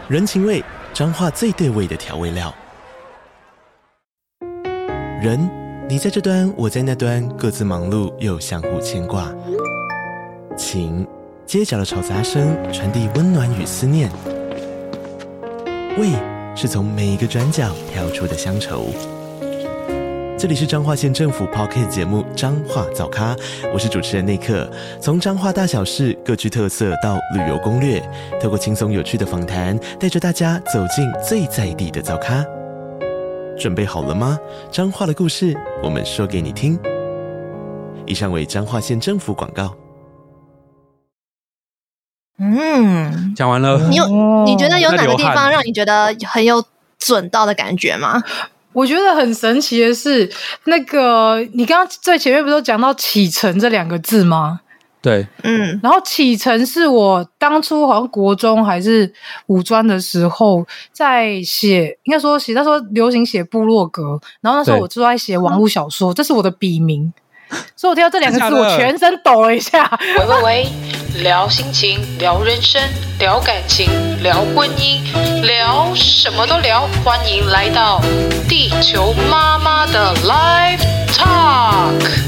人情味，彰化最对味的调味料。人，你在这端，我在那端，各自忙碌又相互牵挂。情，街角的吵杂声传递温暖与思念。味，是从每一个转角跳出的乡愁。这里是彰化县政府 Podcast 节目《彰化早咖》，我是主持人内克。从彰化大小事各具特色到旅游攻略，透过轻松有趣的访谈，带着大家走进最在地的早咖。准备好了吗？彰化的故事，我们说给你听。以上为彰化县政府广告。 讲完了。 你觉得有哪个地方让你觉得很有准到的感觉吗？ 我觉得很神奇的是，那个你刚刚在前面不是有讲到启程这2个字吗？ 对， 然后启程是我当初好像国中还是五专的时候在写，应该说写那时候流行写部落格，然后那时候我就在写网络小说，这是我的笔名，所以我听到这2个字我全身抖了一下。 喂，聊心情，聊人生，聊感情，聊婚姻，聊什么都聊，欢迎来到地球妈妈的 Live Talk。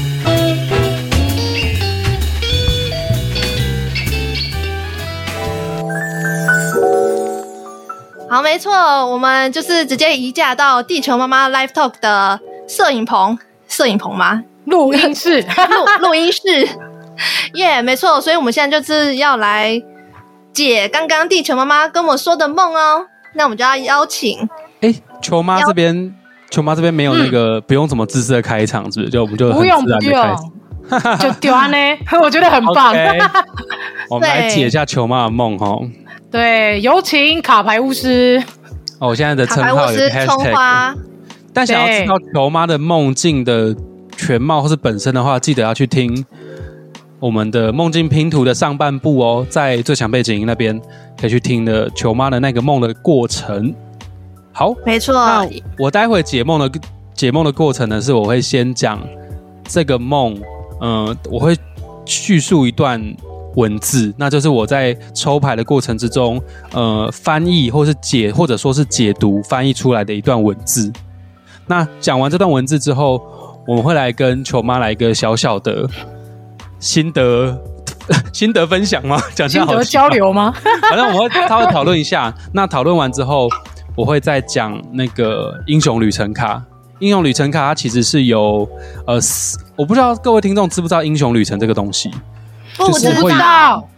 好，没错，我们就是直接移驾到地球妈妈 Live Talk 的摄影棚吗？ 录音室， 录音室，耶，没错，所以我们现在就是要来解刚刚地球妈妈跟我说的梦哦。那我们就要邀请， 球妈这边没有那个不用怎么自私的开场，是不是？就我们就很自然的开始， 就丢安呢，我觉得很棒。 Okay, 我们来解一下球妈的梦哈。 对，有请卡牌巫师。 我现在的称号有 hashtag， 但想要知道球妈的梦境的全貌或是本身的话，记得要去听我们的梦境拼图的上半部哦，在最强背景音那边可以去听的球妈的那个梦的过程。好， 没错。 那我待会解梦的过程呢，是我会先讲这个梦，我会叙述一段文字，那就是我在抽牌的过程之中，翻译或者说是解读翻译出来的一段文字。那讲完这段文字之后，我们会来跟球妈来一个小小的心得分享吗？讲这样好心得交流吗？ 反正我们会稍微讨论一下。那讨论完之后，我会再讲那个英雄旅程卡。英雄旅程卡它其实是有我不知道各位听众知不知道英雄旅程这个东西。 我知道。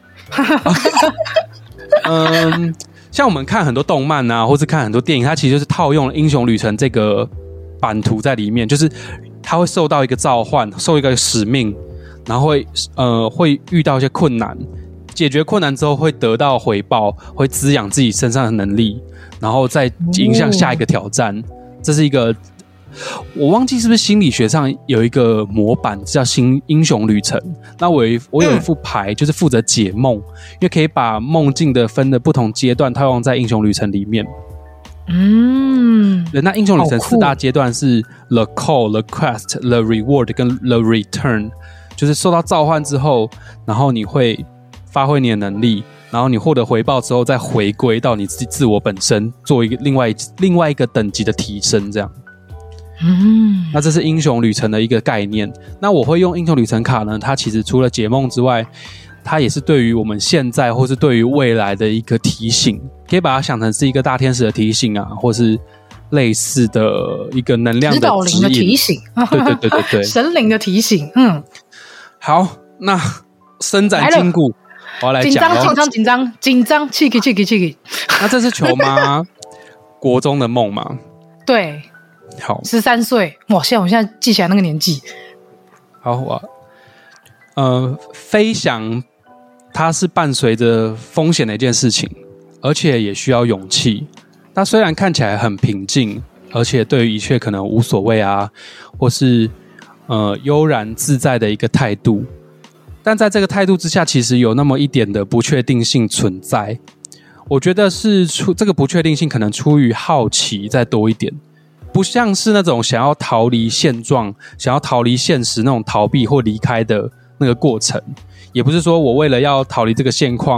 像我们看很多动漫啊，或是看很多电影，它其实就是套用了英雄旅程这个版图在里面，就是他会受到一个召唤，受一个使命，然后会遇到一些困难，解决困难之后会得到回报，会滋养自己身上的能力，然后再迎向下一个挑战。这是一个我忘记是不是心理学上有一个模板叫新英雄旅程。那我有一副牌就是负责解梦，因为可以把梦境的分的不同阶段套用在英雄旅程里面。对，那英雄旅程4大阶段是 The Call、The Quest、The Reward 跟 The Return， 就是受到召唤之后，然后你会发挥你的能力，然后你获得回报之后再回归到你自我本身，做一个另外一个等级的提升，这样。那这是英雄旅程的一个概念。那我会用英雄旅程卡呢，它其实除了解梦之外，它也是对于我们现在或是对于未来的一个提醒，可以把它想成是一个大天使的提醒啊，或是类似的一个能量的指导灵的提醒。对，神灵的提醒。 好，那伸展筋骨，我要来讲紧张，气气。 那这是球妈国中的梦吗？ 对。 好 ，13岁，哇！我现在记起来那个年纪。 好，飞翔它是伴随着风险的一件事情，而且也需要勇气。它虽然看起来很平静，而且对于一切可能无所谓啊，或是悠然自在的一个态度，但在这个态度之下，其实有那么一点的不确定性存在。我觉得是这个不确定性可能出于好奇再多一点。不像是那种想要逃离现状、想要逃离现实那种逃避或离开的那个过程，也不是说我为了要逃离这个现况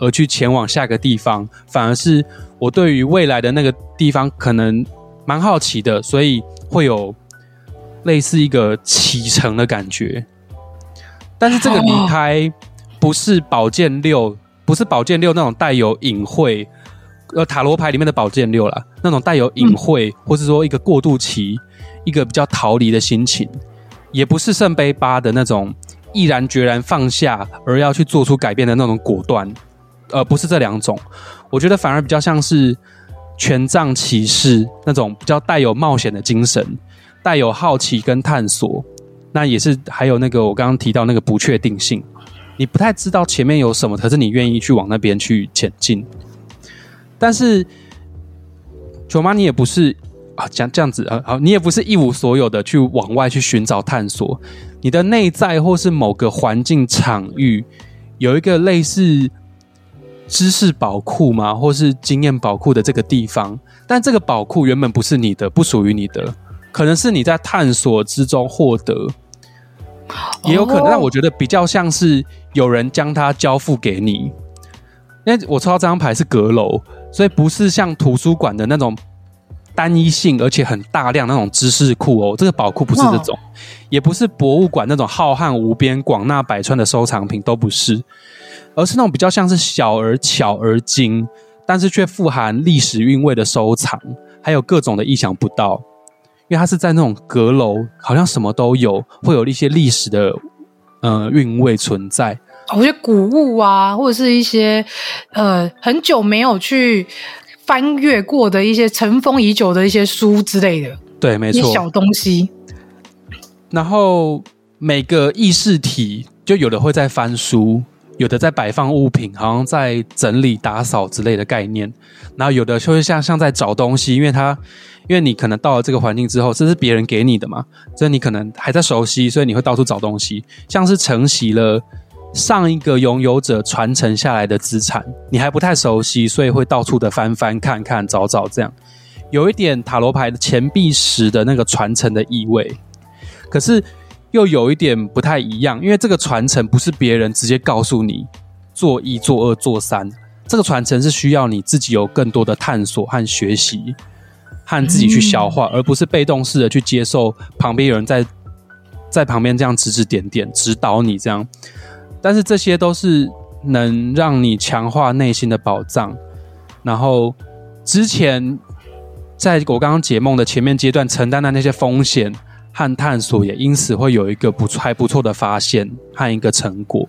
而去前往下个地方，反而是我对于未来的那个地方可能蛮好奇的，所以会有类似一个启程的感觉。但是这个离开不是宝剑六，不是宝剑六那种带有隐晦，塔罗牌里面的宝剑六啦，那种带有隐晦，或是说一个过渡期，一个比较逃离的心情，也不是圣杯8的那种毅然决然放下而要去做出改变的那种果断，不是这两种。我觉得反而比较像是权杖骑士那种比较带有冒险的精神，带有好奇跟探索。那也是还有那个我刚刚提到那个不确定性，你不太知道前面有什么，可是你愿意去往那边去前进。但是球妈你也不是这样子你也不是一无所有的去往外去寻找探索，你的内在或是某个环境场域有一个类似知识宝库嘛，或是经验宝库的这个地方，但这个宝库原本不是你的，不属于你的，可能是你在探索之中获得，也有可能，但我觉得比较像是有人将它交付给你。因为我抽到这张牌是阁楼，所以不是像图书馆的那种单一性而且很大量那种知识库哦，这个宝库不是这种，也不是博物馆那种浩瀚无边广纳百川的收藏品，都不是，而是那种比较像是小而巧而精，但是却富含历史韵味的收藏，还有各种的意想不到。因为它是在那种阁楼，好像什么都有，会有一些历史的韵味存在。 我觉得古物啊，或者是一些很久没有去翻阅过的一些尘封已久的一些书之类的， 对，没错， 一些小东西。 然后每个意识体，就有的会在翻书，有的在摆放物品，好像在整理打扫之类的概念。然后有的就会像在找东西，因为你可能到了这个环境之后，这是别人给你的嘛，所以你可能还在熟悉，所以你会到处找东西，像是承袭了上一个拥有者传承下来的资产，你还不太熟悉，所以会到处的翻翻看看找找，这样有一点塔罗牌的钱币石的那个传承的意味。可是又有一点不太一样，因为这个传承不是别人直接告诉你做1做2做3，这个传承是需要你自己有更多的探索和学习和自己去消化，而不是被动式的去接受旁边有人在旁边这样指指点点指导你这样。但是这些都是能让你强化内心的宝藏。然后之前在我刚刚解梦的前面阶段承担的那些风险和探索，也因此会有一个还不错的发现和一个成果。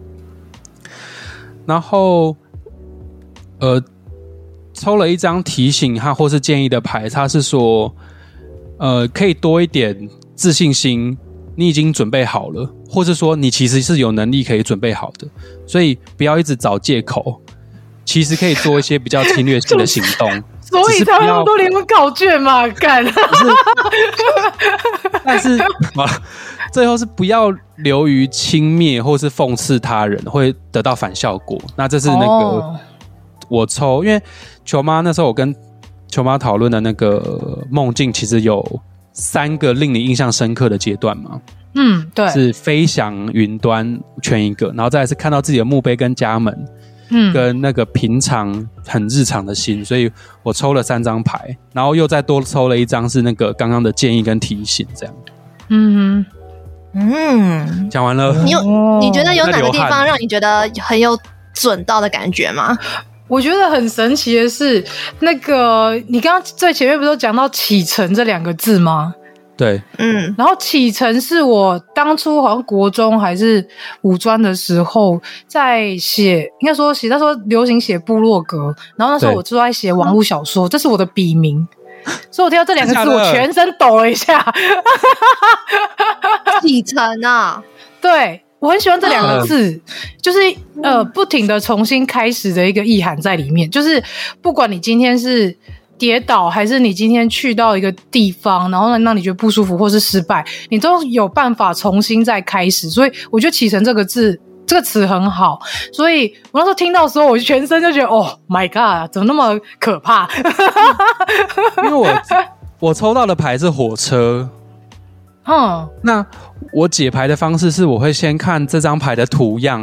然后抽了一张提醒或是建议的牌，它是说可以多一点自信心，你已经准备好了，或是说你其实是有能力可以准备好的，所以不要一直找借口，其实可以做一些比较侵略性的行动。 所以他们都连考卷嘛，干。 但是最后是不要流于轻蔑或是讽刺他人，会得到反效果。那这是那个我抽，因为球妈那时候我跟球妈讨论的那个梦境，其实有3个令你印象深刻的阶段嘛。 对， 是飞翔云端圈一个，然后再来是看到自己的墓碑跟家门，跟那个平常很日常的心，所以我抽了3张牌，然后又再多抽了1张是那个刚刚的建议跟提醒，这样。讲完了。 你觉得有哪个地方让你觉得很有准到的感觉吗？ 我觉得很神奇的是，那个你刚刚最前面不是有讲到启程这2个字吗？ 对， 然后启程是我当初好像国中还是五专的时候在写，应该说写那时候流行写部落格，然后那时候我就在写网络小说，这是我的笔名，所以我听到这2个字我全身抖了一下。 启程啊， 对，我很喜欢这2个字，就是不停的重新开始的一个意涵在里面，就是不管你今天是跌倒还是你今天去到一个地方，然后让你觉得不舒服或是失败，你都有办法重新再开始。所以我觉得启程这个词很好，所以我那时候听到的时候我全身就觉得Oh my god 怎么那么可怕。 因为我抽到的牌是火车。那我解牌的方式是我会先看这张牌的图样，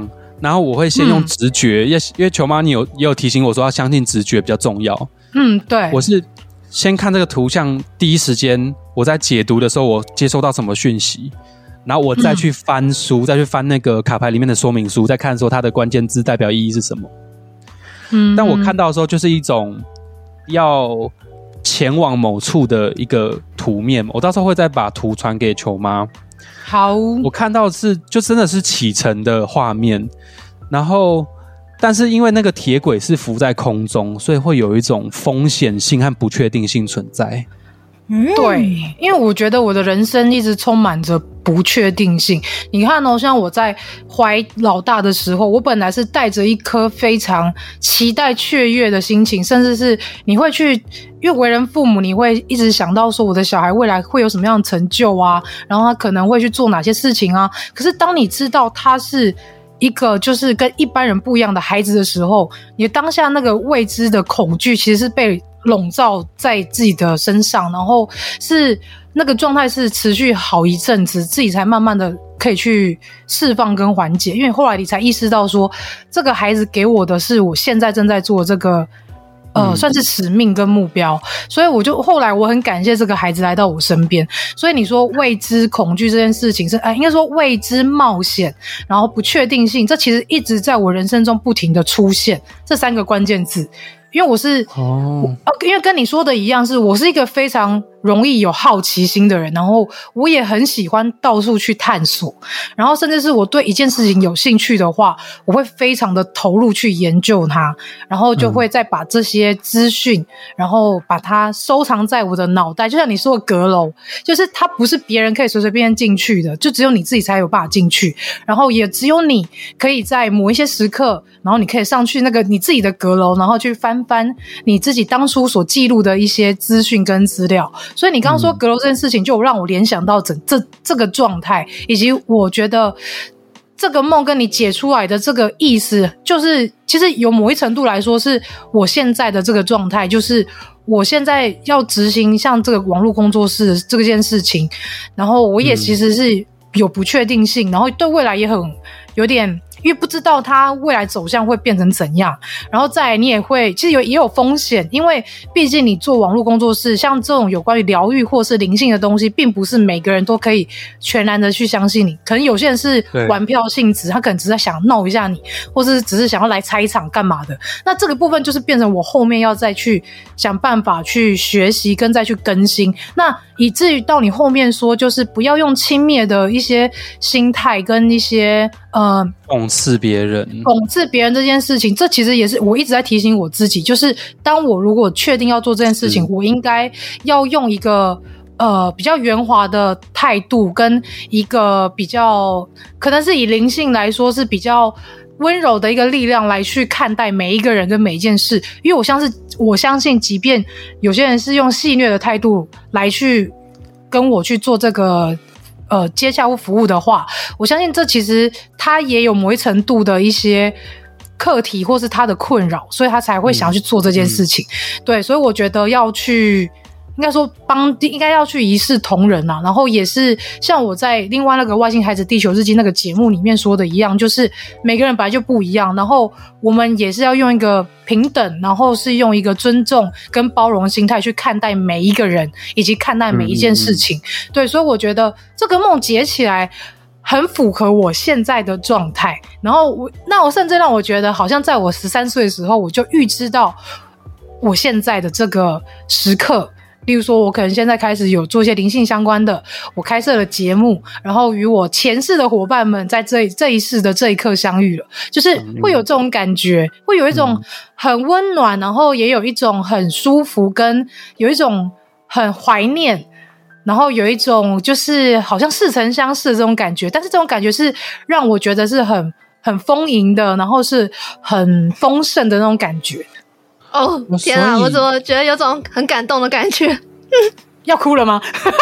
然后我会先用直觉，因为球妈你也有提醒我说要相信直觉比较重要。 对， 我是先看这个图像，第一时间我在解读的时候，我接收到什么讯息，然后我再去翻书，再去翻那个卡牌里面的说明书，再看说它的关键字代表意义是什么。但我看到的时候，就是一种要前往某处的一个图面，我到时候会再把图传给球妈。 好， 我看到是就真的是启程的画面，然后但是因为那个铁轨是浮在空中，所以会有一种风险性和不确定性存在。 对，因为我觉得我的人生一直充满着不确定性。你看哦，像我在怀老大的时候，我本来是带着一颗非常期待雀跃的心情，甚至是你会去，因为为人父母，你会一直想到说我的小孩未来会有什么样的成就啊，然后他可能会去做哪些事情啊。可是当你知道他是一个就是跟一般人不一样的孩子的时候，你当下那个未知的恐惧其实是被笼罩在自己的身上，然后是那个状态是持续好一阵子，自己才慢慢的可以去释放跟缓解。因为后来你才意识到说，这个孩子给我的是我现在正在做的这个算是使命跟目标，所以后来我很感谢这个孩子来到我身边。所以你说未知恐惧这件事情是应该说未知冒险，然后不确定性，这其实一直在我人生中不停的出现，这3个关键字。因为我是因为跟你说的一样，是我是一个非常容易有好奇心的人，然后我也很喜欢到处去探索，然后甚至是我对一件事情有兴趣的话，我会非常的投入去研究它，然后就会再把这些资讯然后把它收藏在我的脑袋，就像你说的阁楼，就是它不是别人可以随随便便进去的，就只有你自己才有办法进去，然后也只有你可以在某一些时刻，然后你可以上去那个你自己的阁楼，然后去翻你自己当初所记录的一些资讯跟资料。所以你刚刚说阁楼这件事情，就让我联想到这个状态，以及我觉得这个梦跟你解出来的这个意思，就是其实有某一程度来说是我现在的这个状态，就是我现在要执行像这个网络工作室这件事情，然后我也其实是有不确定性，然后对未来也很有点，因为不知道它未来走向会变成怎样，然后再来你也会其实也有风险，因为毕竟你做网络工作室，像这种有关于疗愈或是灵性的东西，并不是每个人都可以全然的去相信你，可能有些人是玩票性质，他可能只是想闹一下你，或是只是想要来拆场干嘛的，那这个部分就是变成我后面要再去想办法去学习跟再去更新，那以至于到你后面说就是不要用轻蔑的一些心态跟一些讽刺别人这件事情，这其实也是我一直在提醒我自己，就是当我如果确定要做这件事情，我应该要用一个比较圆滑的态度，跟一个比较可能是以灵性来说是比较温柔的一个力量来去看待每一个人跟每一件事。因为我相信即便有些人是用戏谑的态度来去跟我去做这个接洽或服务的话，我相信这其实他也有某一程度的一些课题或是他的困扰，所以他才会想要去做这件事情。对，所以我觉得要去应该说应该要去一视同仁啊，然后也是像我在另外那个外星孩子地球日记那个节目里面说的一样，就是每个人本来就不一样，然后我们也是要用一个平等，然后是用一个尊重跟包容的心态去看待每一个人以及看待每一件事情。对，所以我觉得这个梦解起来很符合我现在的状态，然后我甚至让我觉得好像在我13岁的时候我就预知到我现在的这个时刻，例如说我可能现在开始有做一些灵性相关的，我开设了节目，然后与我前世的伙伴们在这一世的这一刻相遇了，就是会有这种感觉，会有一种很温暖，然后也有一种很舒服，跟有一种很怀念，然后有一种就是好像似曾相识的这种感觉，但是这种感觉是让我觉得是很丰盈的，然后是很丰盛的那种感觉。 哦，天啊，我怎么觉得有种很感动的感觉？ 要哭了吗？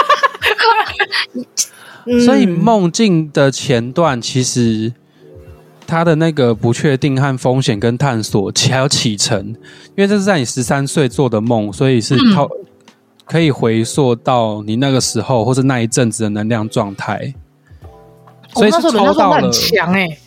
所以梦境的前段其实它的那个不确定和风险跟探索还有启程，因为这是在你13岁做的梦，所以是可以回溯到你那个时候或是那一阵子的能量状态。所以是抽到了， 那时候能量状态很强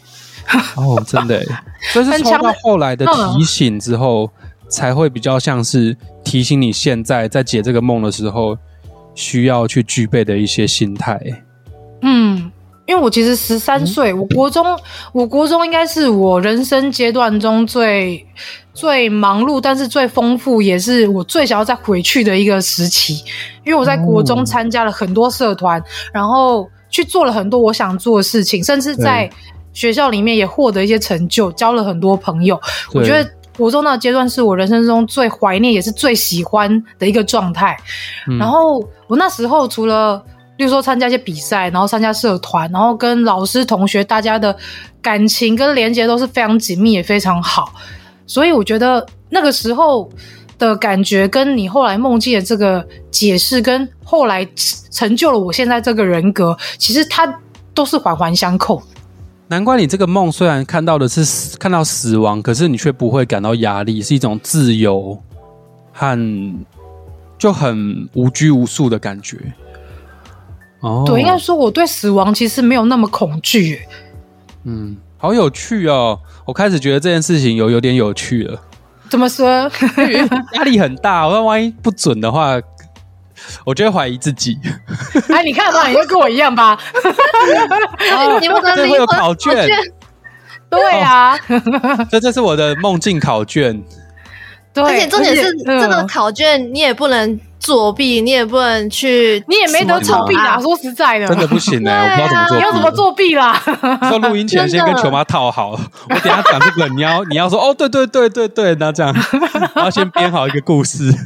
哦，真的耶，所以是抽到后来的提醒之后，才会比较像是提醒你现在在解这个梦的时候需要去具备的一些心态。 因为我其实13岁，我国中应该是我人生阶段中最忙碌，但是最丰富，也是我最想要再回去的一个时期。因为我在国中参加了很多社团，然后去做了很多我想做的事情，甚至在学校里面也获得一些成就，交了很多朋友。我觉得国中那个阶段是我人生中最怀念也是最喜欢的一个状态。然后我那时候除了例如说参加一些比赛，然后参加社团，然后跟老师同学大家的感情跟连结都是非常紧密也非常好，所以我觉得那个时候的感觉跟你后来梦境的这个解释跟后来成就了我现在这个人格，其实它都是环环相扣。 难怪你这个梦虽然看到死亡，可是你却不会感到压力，是一种自由和就很无拘无束的感觉。 对，应该说我对死亡其实没有那么恐惧。 好有趣哦！我开始觉得这件事情有点有趣了。 怎么说？ 压力很大，我万一不准的话，我就会怀疑自己。 哎，你看吧，你就跟我一样吧。 你不能这会有考卷。 对啊， 这是我的梦境考卷。 对， 而且重点是这个考卷你也不能作弊，你也不能去， 你也没得作弊啦。说实在的， 真的不行我不知道怎么作弊。 你要怎么作弊啦？ 说录音前先跟球妈套好，我等一下讲这个，你要说哦，对，那这样，然后先编好一个故事，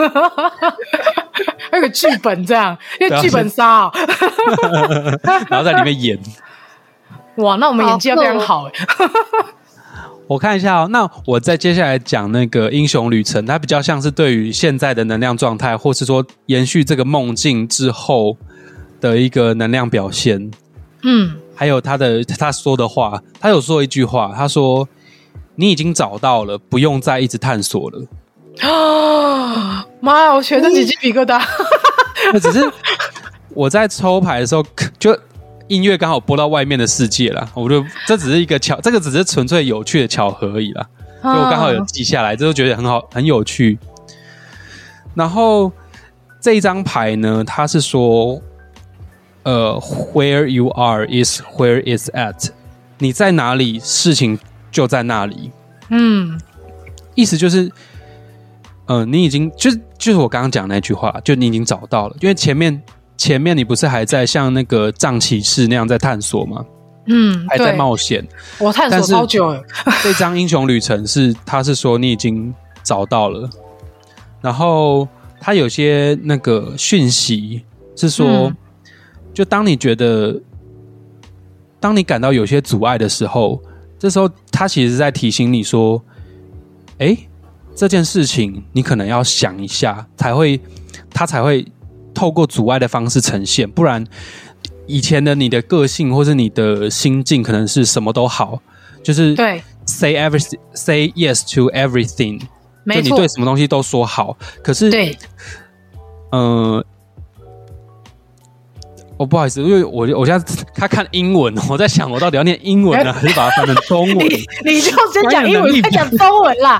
还有个剧本这样，因为剧本杀然后在里面演。 哇，那我们演技要非常好我看一下哦，那我再接下来讲那个英雄旅程，它比较像是对于现在的能量状态，或是说延续这个梦境之后的一个能量表现。还有他说的话，他有说一句话，他说：“你已经找到了，不用再一直探索了。” 妈呀，我全身起鸡皮疙瘩。 只是我在抽牌的时候就。音乐刚好播到外面的世界啦，我就这只是一个这个只是纯粹有趣的巧合而已啦，所以我刚好有记下来，这就觉得很好，很有趣。然后这一张牌呢，它是说，where you are is where it's at， 你在哪里，事情就在那里。意思就是，你已经就是我刚刚讲的那句话，就你已经找到了，因为前面你不是还在像那个藏骑士那样在探索吗？还在冒险。 我探索超久了。 这张英雄旅程他是说你已经找到了，然后他有些那个讯息是说，就当你感到有些阻碍的时候，这时候他其实是在提醒你说，这件事情你可能要想一下，他才会透过阻碍的方式呈现，不然以前的你的个性或是你的心境可能是什么都好，就是对 say yes to everything， 就你对什么东西都说好，可是对， 不好意思，因为我现在他看英文，我在想我到底要念英文呢，还是把它翻成中文？ 你就先讲英文，再讲中文啦。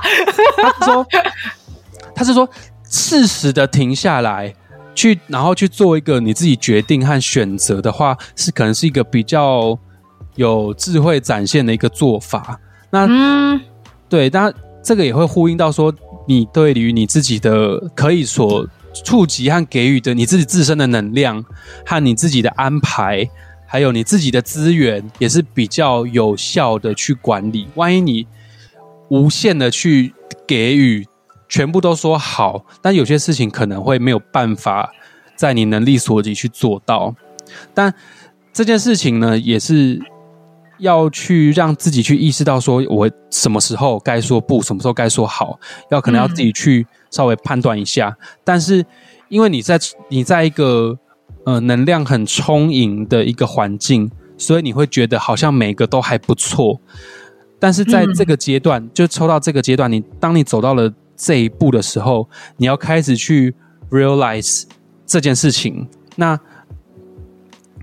他是说适时的停下来。然后去做一个你自己决定和选择的话，可能是一个比较有智慧展现的一个做法。那对，但这个也会呼应到说，你对于你自己的可以所触及和给予的你自己自身的能量和你自己的安排，还有你自己的资源，也是比较有效的去管理。万一你无限的去给予。全部都说好，但有些事情可能会没有办法在你能力所及去做到。但这件事情呢，也是要去让自己去意识到说，我什么时候该说不，什么时候该说好，可能要自己去稍微判断一下。但是因为你在一个能量很充盈的一个环境，所以你会觉得好像每个都还不错。但是在这个阶段，就抽到这个阶段，当你走到了这一步的时候，你要开始去 realize 这件事情。那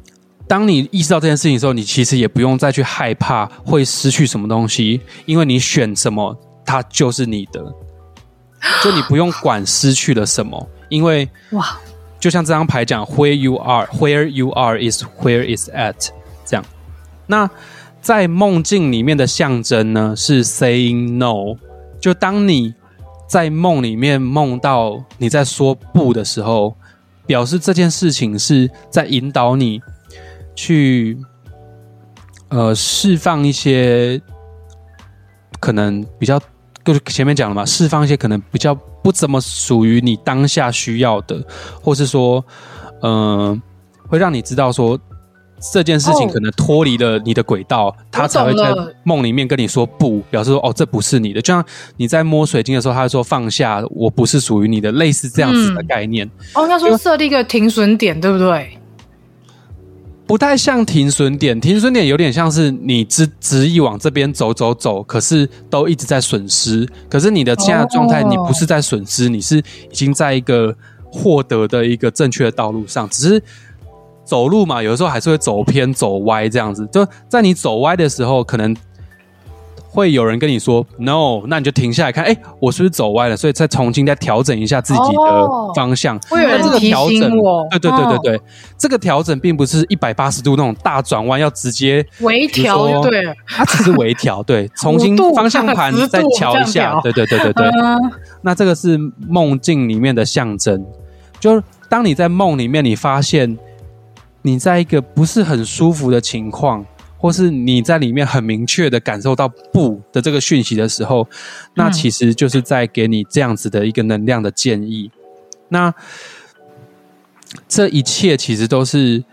当你意识到这件事情的时候，你其实也不用再去害怕会失去什么东西，因为你选什么，它就是你的。就你不用管失去了什么，因为哇， 就像这张牌讲 ，where you are is where is at 这样。那在梦境里面的象征呢，是 saying no。就当你在梦里面梦到你在说不的时候，表示这件事情是在引导你去释放一些可能比较，就是前面讲了嘛，释放一些可能比较不怎么属于你当下需要的，或是说会让你知道说这件事情可能脱离了你的轨道，他才会在梦里面跟你说不，表示说哦这不是你的。就像你在摸水晶的时候，他会说放下，我不是属于你的，类似这样子的概念。 应该说设立一个停损点，对不对？ 不太像停损点，停损点有点像是你执意往这边走，可是都一直在损失。可是你的现在的状态，你不是在损失，你是已经在一个获得的一个正确的道路上，只是走路嘛，有的时候还是会走偏走歪这样子。就在你走歪的时候，可能会有人跟你说 no， 那你就停下来看，我是不是走歪了？所以再重新再调整一下自己的方向。 会有人提醒我， 对，这个调整并不是180度那种大转弯，要直接微调，对， 它只是微调，对，重新方向盘再调一下，对。那这个是梦境里面的象征，就当你在梦里面，你发现你在一个不是很舒服的情况，或是你在里面很明确的感受到不的这个讯息的时候，那其实就是在给你这样子的一个能量的建议。那这一切其实都是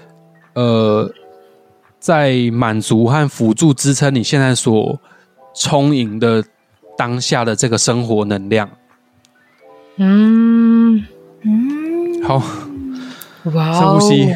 在满足和辅助支撑你现在所充盈的当下的这个生活能量。好， 哇， 深呼吸。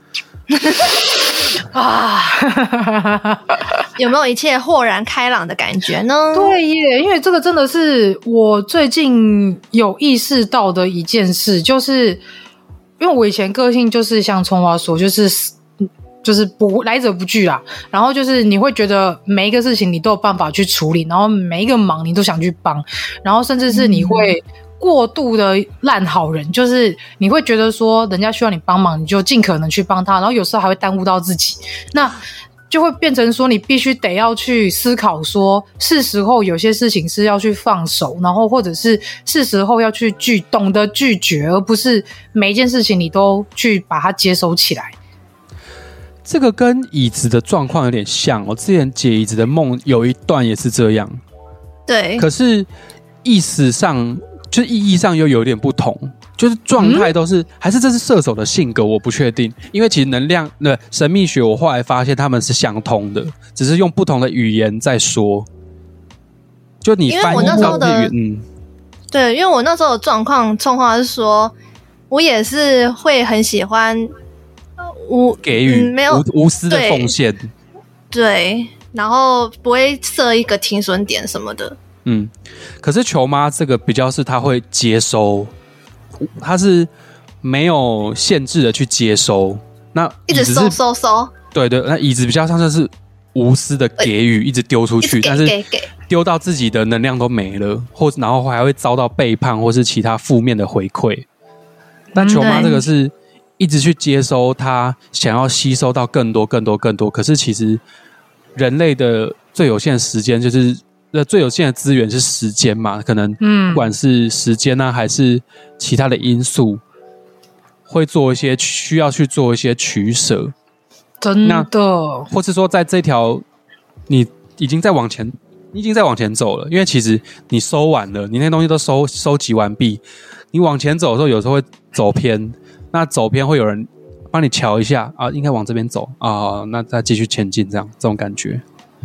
有没有一切豁然开朗的感觉呢？ 对耶，因为这个真的是我最近有意识到的一件事，就是因为我以前个性就是像葱花说，就是不来者不拒啦，然后就是你会觉得每一个事情你都有办法去处理，然后每一个忙你都想去帮，然后甚至是你会过度的烂好人，就是你会觉得说人家需要你帮忙，你就尽可能去帮他，然后有时候还会耽误到自己，那就会变成说你必须得要去思考说是时候有些事情是要去放手，然后或者是时候要去懂得拒绝，而不是每一件事情你都去把它接收起来。 这个跟椅子的状况有点像，我之前解椅子的梦有一段也是这样， 对， 可是意识上就意义上又有点不同，就是状态都是还是这是射手的性格，我不确定，因为其实能量神秘学我后来发现他们是相通的，只是用不同的语言在说，就你翻译到语言， 对，因为我那时候的状况冲话是说，我也是会很喜欢给予没有无私的奉献， 对，然后不会设一个停损点什么的。 可是球妈这个比较是她会接收，她是没有限制的去接收，那一直收， 对，那椅子比较像是无私的给予，一直丢出去，但是丢到自己的能量都没了，然后还会遭到背叛或是其他负面的回馈。但球妈这个是一直去接收，她想要吸收到更多，可是其实人类的最有限的时间就是最有限的资源是时间嘛，可能不管是时间啊还是其他的因素，会做一些需要去做一些取舍。 真的， 或是说在这条你已经在往前走了，因为其实你收完了，你那些东西都收集完毕，你往前走的时候有时候会走偏，那走偏会有人帮你瞧一下啊，应该往这边走啊，那再继续前进，这种感觉。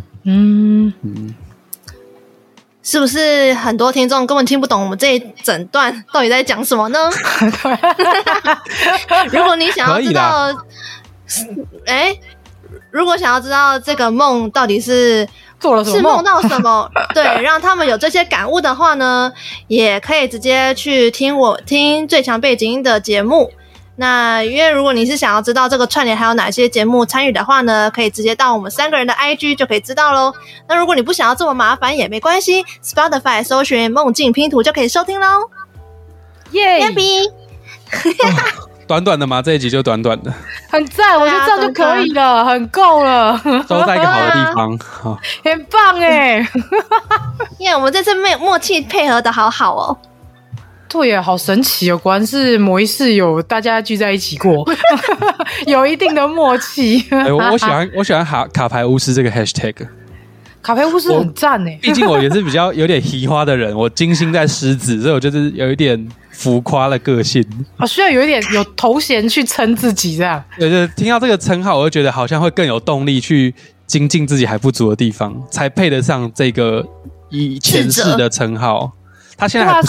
是不是很多听众根本听不懂我们这一整段到底在讲什么呢？如果你想要知道，如果想要知道这个梦到底是做了什么， 是梦到什么，对，让他们有这些感悟的话呢，也可以直接去听最强背景音的节目。 那因为如果你是想要知道这个串联还有哪些节目参与的话呢，可以直接到我们3个人的 IG 就可以知道咯。那如果你不想要这么麻烦也没关系， Spotify 搜寻梦境拼图就可以收听咯。 耶！ 短短的嘛，这一集就短短的， 很赞，我觉得这样就可以了，很够了， 都在一个好的地方。好， 很棒哎！ 我们这次默契配合的好好哦。 对呀，好神奇哦！果然是某一世有大家聚在一起过，有一定的默契。 我喜欢卡牌巫师这个 hashtag。 卡牌巫师很赞哎， 毕竟我也是比较有点奇花的人，我金星在狮子，所以我就是有一点浮夸的个性。 需要有一点有头衔去称自己这样。 对，就是听到这个称号，我就觉得好像会更有动力去精进自己还不足的地方，才配得上这个以前世的称号。他现在还不是，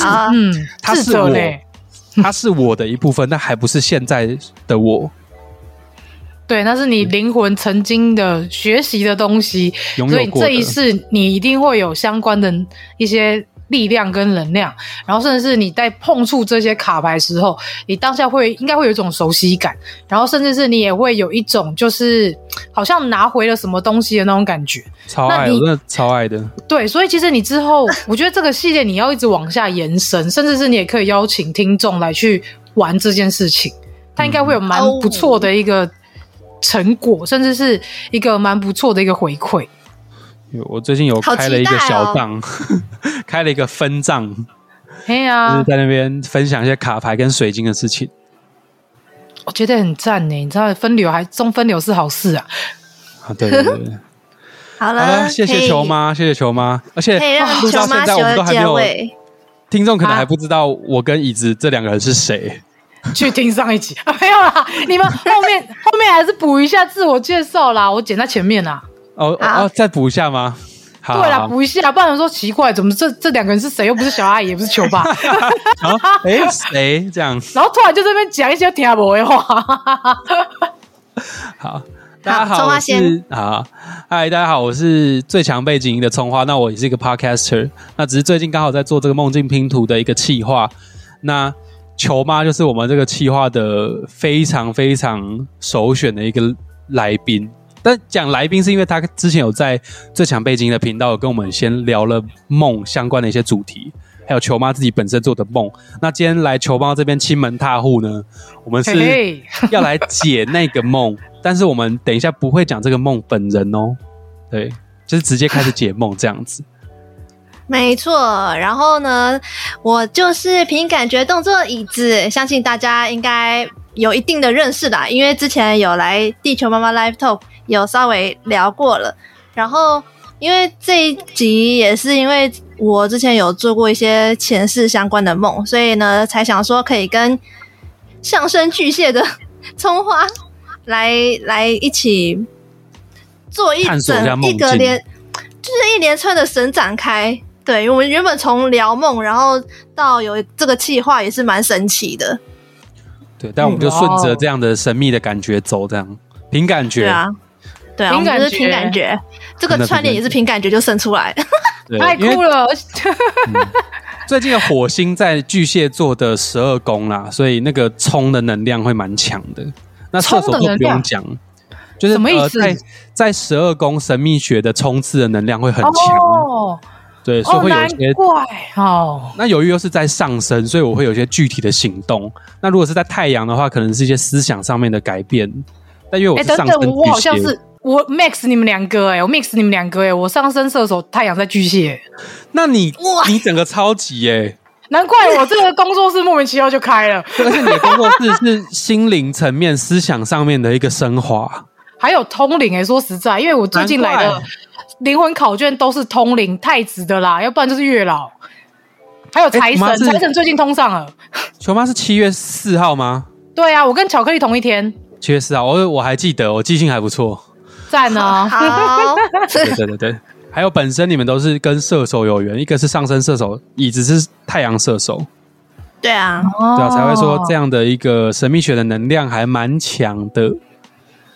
他是我的一部分，但还不是现在的我。 对，那是你灵魂曾经的学习的东西，所以这一世你一定会有相关的一些力量跟能量，然后甚至是你在碰触这些卡牌时候，你当下应该会有一种熟悉感，然后甚至是你也会有一种就是好像拿回了什么东西的那种感觉。 超爱，我真的超爱的。对， 所以其实你之后，我觉得这个系列你要一直往下延伸，甚至是你也可以邀请听众来去玩这件事情，它应该会有蛮不错的一个成果，甚至是一个蛮不错的一个回馈。 我最近有开了一个小账，开了一个分账，就是在那边分享一些卡牌跟水晶的事情。 我觉得很赞呢，你知道分流中分流是好事啊！ 对对对。 好了， 谢谢球妈，谢谢球妈，而且录到现在我们都还没有， 听众可能还不知道我跟椅子这2个人是谁。 去听上一集没有啦，你们后面还是补一下自我介绍啦，我剪在前面啦。 再补一下吗？好对啦，补一下，不然说奇怪，怎么这2个人是谁？又不是小阿姨，也不是球爸。 谁这样？ 然后突然就这边讲一些听不懂的话。 好，大家好，我是嗨，大家好，我是最强背景音的葱花。那我也是一个 podcaster， 那只是最近刚好在做这个梦境拼图的一个企划。那球妈就是我们这个企划的非常非常首选的一个来宾。但讲来宾是因为他之前有在最强背景的频道有跟我们先聊了梦相关的一些主题，还有球妈自己本身做的梦。那今天来球妈这边亲门踏户呢，我们是要来解那个梦，但是我们等一下不会讲这个梦本人哦，对，就是直接开始解梦这样子。 没错，然后呢，我就是凭感觉动作椅子，相信大家应该有一定的认识啦，因为之前有来地球妈妈 Live Talk 有稍微聊过了。然后因为这一集也是因为我之前有做过一些前世相关的梦，所以呢才想说可以跟上升巨蟹的葱花来一起做一连串的神展开。对，因为我们原本从聊梦，然后到有这个企划也是蛮神奇的。 对，但我们就顺着这样的神秘的感觉走，这样凭感觉。 对啊，我们就是凭感觉，这个串联也是凭感觉就生出来， 太酷了。 最近的火星在巨蟹座的12宫啦，所以那个冲的能量会蛮强的。那射手座不用讲，就是什么意思？ 在12宫神秘学的冲刺的能量会很强。对，所以会有一些那由于又是在上升，所以我会有一些具体的行动。那如果是在太阳的话，可能是一些思想上面的改变。但因为我是上升巨蟹， 我好像是我 mix 你们2个我 mix 你们2个我上升射手，太阳在巨蟹。 那你整个超级难怪我这个工作室莫名其妙就开了。 而且你的工作室是心灵层面、思想上面的一个升华， 还有通灵说实在，因为我最近来的灵魂考卷都是通灵太子的啦，要不然就是月老，还有财神，财神最近通上了。 球妈是7月4号吗？ 对啊，我跟巧克力同一天。 7月4号，我还记得，我记性还不错。 赞哦！ 好， 对。还有本身你们都是跟射手有缘，一个是上升射手，椅子是太阳射手。 对啊， 才会说这样的一个神秘学的能量还蛮强的。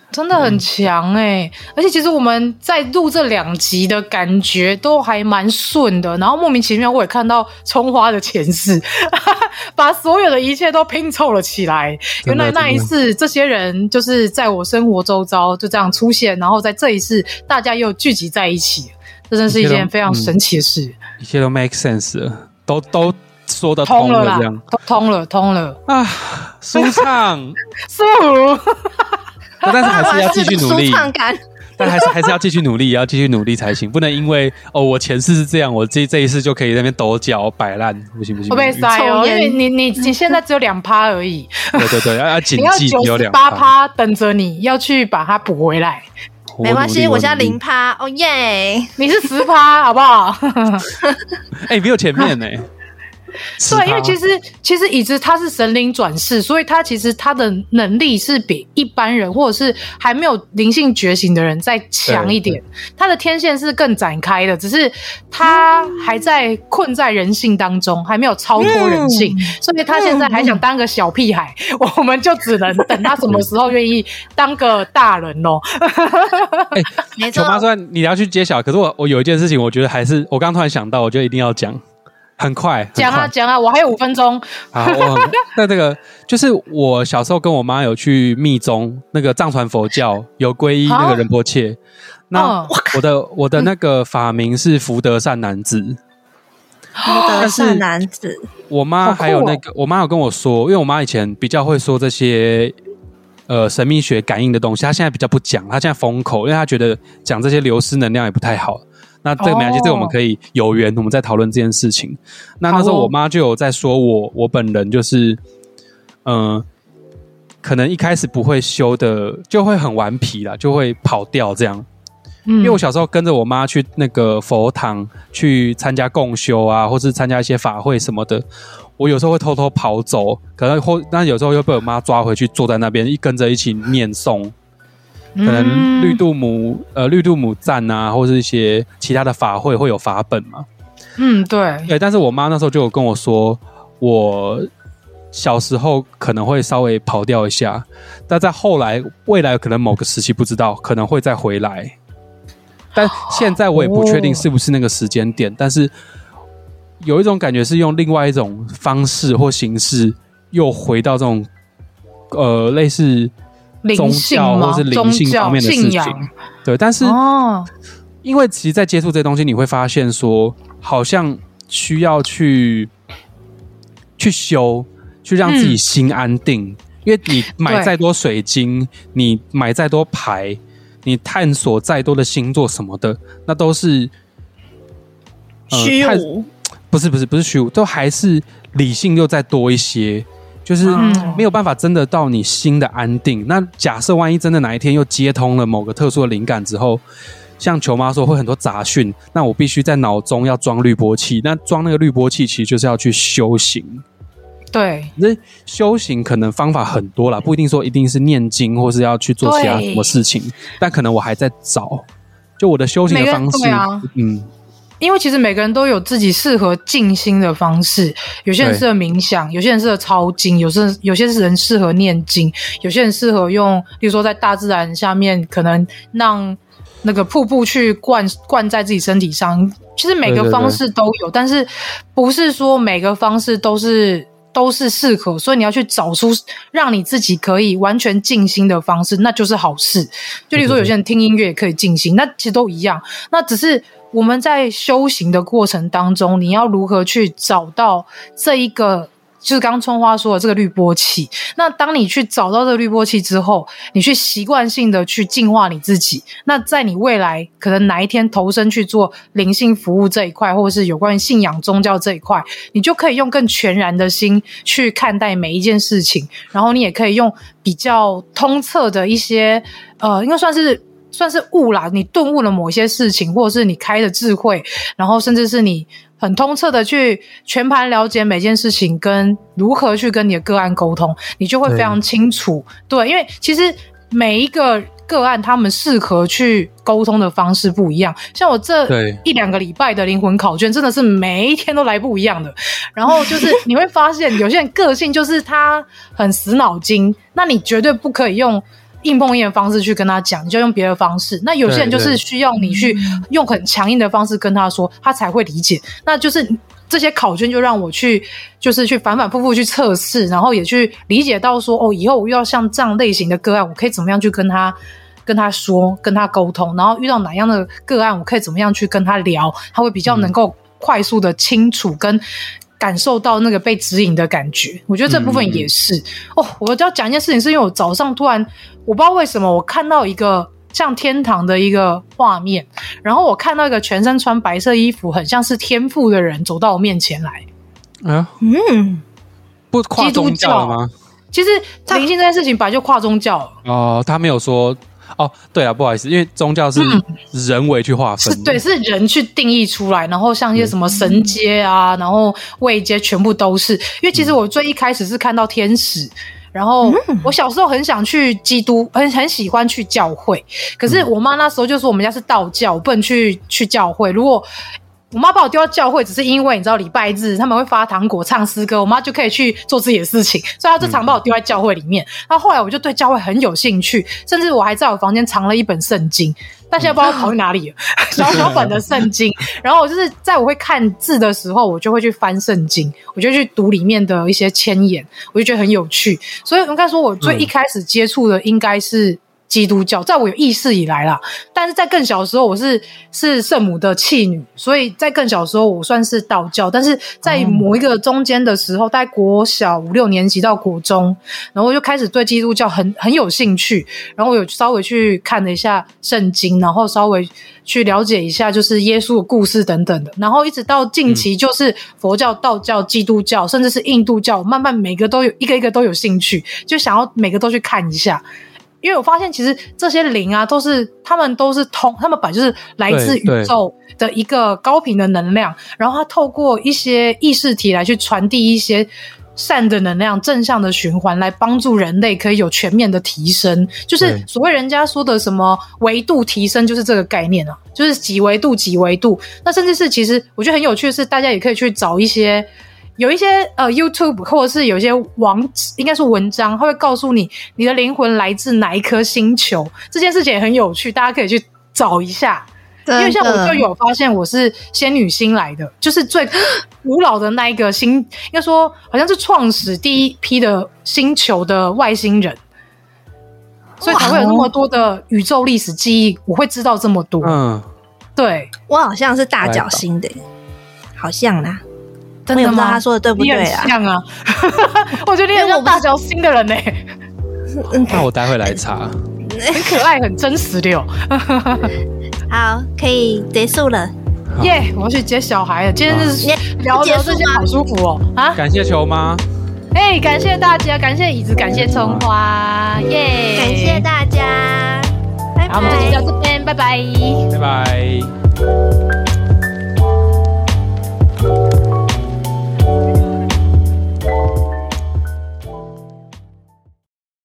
真的很强而且其实我们在录这2集的感觉都还蛮顺的，然后莫名其妙我也看到葱花的前世把所有的一切都拼凑了起来，原来那一世这些人就是在我生活周遭就这样出现，然后在这一世大家又聚集在一起，这真是一件非常神奇的事， 一切都 make sense 了，都说得通了，这样都通了啊， 舒畅舒服但是还是要继续努力， 舒畅感但还是要继续努力，要继续努力才行，不能因为我前世是这样，我这一世就可以在那边抖脚摆烂，不行， 会被塞因为你现在只有2%而已， 对，要谨记你要98%等着你要去把它补回来。 没关系，我现在0%，哦耶！ 你是10%，好不好？ 比我前面对，因为其实椅子他是神灵转世，所以他其实他的能力是比一般人或者是还没有灵性觉醒的人再强一点，他的天线是更展开的，只是他还在困在人性当中，还没有超脱人性，所以他现在还想当个小屁孩，我们就只能等他什么时候愿意当个大人咯。 球妈说你要去揭晓，可是我有一件事情，我觉得还是我刚突然想到，我觉得一定要讲。很快讲啊，我还有5分钟。 好，那这个就是我小时候跟我妈有去密宗，那个藏传佛教有皈依那个仁波切。那我的那个法名是福德善男子。 福德善男子。 我妈还有我妈有跟我说，因为我妈以前比较会说这些神秘学感应的东西，她现在比较不讲，她现在封口，因为她觉得讲这些流失能量也不太好。那这个没关系，这个我们可以有缘，我们再讨论这件事情。那时候我妈就有在说我本人就是，可能一开始不会修的，就会很顽皮啦，就会跑掉这样。因为我小时候跟着我妈去那个佛堂去参加共修啊，或是参加一些法会什么的，我有时候会偷偷跑走，可能那有时候又被我妈抓回去，坐在那边跟着一起念诵。可能绿度母赞啊，或是一些其他的法会会有法本嘛。对，但是我妈那时候就有跟我说，我小时候可能会稍微跑掉一下，但在未来可能某个时期不知道，可能会再回来。但现在我也不确定是不是那个时间点，但是有一种感觉是用另外一种方式或形式又回到这种类似宗教或是灵性方面的事情，对，但是因为其实在接触这些东西，你会发现说，好像需要去修，去让自己心安定，因为你买再多水晶，你买再多牌，你探索再多的星座什么的，那都是虚无， 不是虚无，都还是理性又再多一些。就是没有办法真的到你心的安定。那假设万一真的哪一天又接通了某个特殊的灵感之后，像球妈说会很多杂讯，那我必须在脑中要装滤波器。那装那个滤波器其实就是要去修行。 对， 那修行可能方法很多啦，不一定说一定是念经或是要去做其他什么事情，但可能我还在找，就我的修行的方式。 因为其实每个人都有自己适合静心的方式，有些人适合冥想，有些人适合抄经，有些人适合念经，有些人适合用，例如说在大自然下面，可能让那个瀑布去灌在自己身体上。其实每个方式都有，但是不是说每个方式都是适合，所以你要去找出让你自己可以完全静心的方式，那就是好事。就例如说有些人听音乐也可以静心，那其实都一样。那只是我们在修行的过程当中，你要如何去找到这一个，就是刚刚春花说的这个滤波器。那当你去找到这个滤波器之后，你去习惯性的去净化你自己，那在你未来可能哪一天投身去做灵性服务这一块，或者是有关于信仰宗教这一块，你就可以用更全然的心去看待每一件事情，然后你也可以用比较通彻的一些应该算是悟啦，你顿悟了某些事情，或者是你开的智慧，然后甚至是你很通彻的去全盘了解每件事情跟如何去跟你的个案沟通，你就会非常清楚。 对，因为其实每一个个案他们适合去沟通的方式不一样，像我这1-2个礼拜的灵魂考卷真的是每一天都来不一样的，然后就是你会发现有些人个性就是他很死脑筋，那你绝对不可以用硬碰硬的方式去跟他讲，你就用别的方式。那有些人就是需要你去用很强硬的方式跟他说，他才会理解。那就是这些考卷就让我去反反复复去测试，然后也去理解到说，以后我遇到像这样类型的个案，我可以怎么样去跟他说，跟他沟通，然后遇到哪样的个案，我可以怎么样去跟他聊，他会比较能够快速的清楚跟感受到那个被指引的感觉。我觉得这部分也是我要讲一件事情，是因为我早上突然我不知道为什么我看到一个像天堂的一个画面，然后我看到一个全身穿白色衣服很像是天父的人走到我面前来。 不跨宗教了吗？ 其实灵性这件事情本来就跨宗教了。 他没有说对啊，不好意思，因为宗教是人为去划分的， 是人去定义出来，然后像一些什么神阶啊，然后位阶全部都是。因为其实我最一开始是看到天使，然后我小时候很想去基督，很喜欢去教会，可是我妈那时候就说我们家是道教，我不能去教会。如果我妈把我丢到教会，只是因为你知道礼拜日他们会发糖果、唱诗歌，我妈就可以去做自己的事情，所以她就常把我丢在教会里面。然后后来我就对教会很有兴趣，甚至我还在我房间藏了一本圣经，但现在不知道跑去哪里了，小本的圣经。然后我就是在我会看字的时候，我就会去翻圣经，我就去读里面的一些签言，我就觉得很有趣。所以应该说我最一开始接触的应该是基督教，在我有意识以来啦。但是在更小的时候我是圣母的弃女，所以在更小的时候我算是道教。但是在某一个中间的时候，大概国小5、6年级到国中，然后我就开始对基督教很有兴趣，然后我有稍微去看了一下圣经，然后稍微去了解一下就是耶稣的故事等等的，然后一直到近期就是佛教、道教、基督教，甚至是印度教，慢慢每个都有一个都有兴趣，就想要每个都去看一下。因为我发现其实这些灵啊他们都是他们本来就是来自宇宙的一个高频的能量，然后它透过一些意识体来去传递一些善的能量、正向的循环，来帮助人类可以有全面的提升。就是所谓人家说的什么维度提升，就是这个概念啊，就是几维度。那甚至是其实我觉得很有趣的是，大家也可以去找有一些YouTube 或者是有一些应该是文章，它会告诉你你的灵魂来自哪一颗星球，这件事情也很有趣，大家可以去找一下。因为像我就有发现我是仙女星来的，就是最古老的那一个星，应该说好像是创始第一批的星球的外星人，所以才会有那么多的宇宙历史记忆，我会知道这么多。对， 我好像是大角星的，好像啦。 真的吗？ 我也不知道他说的对不对啊？ 你很像啊，我觉得你很像大角星的人呢。 那我待会来查。 很可爱，很真实的。 好，可以结束了。 耶！我要去接小孩了。今天是聊这些好舒服哦。 感谢球妈。 感谢大家，感谢椅子，感谢葱花。耶！ 感谢大家。拜拜。 好，我们这集到这边，拜拜。 拜拜。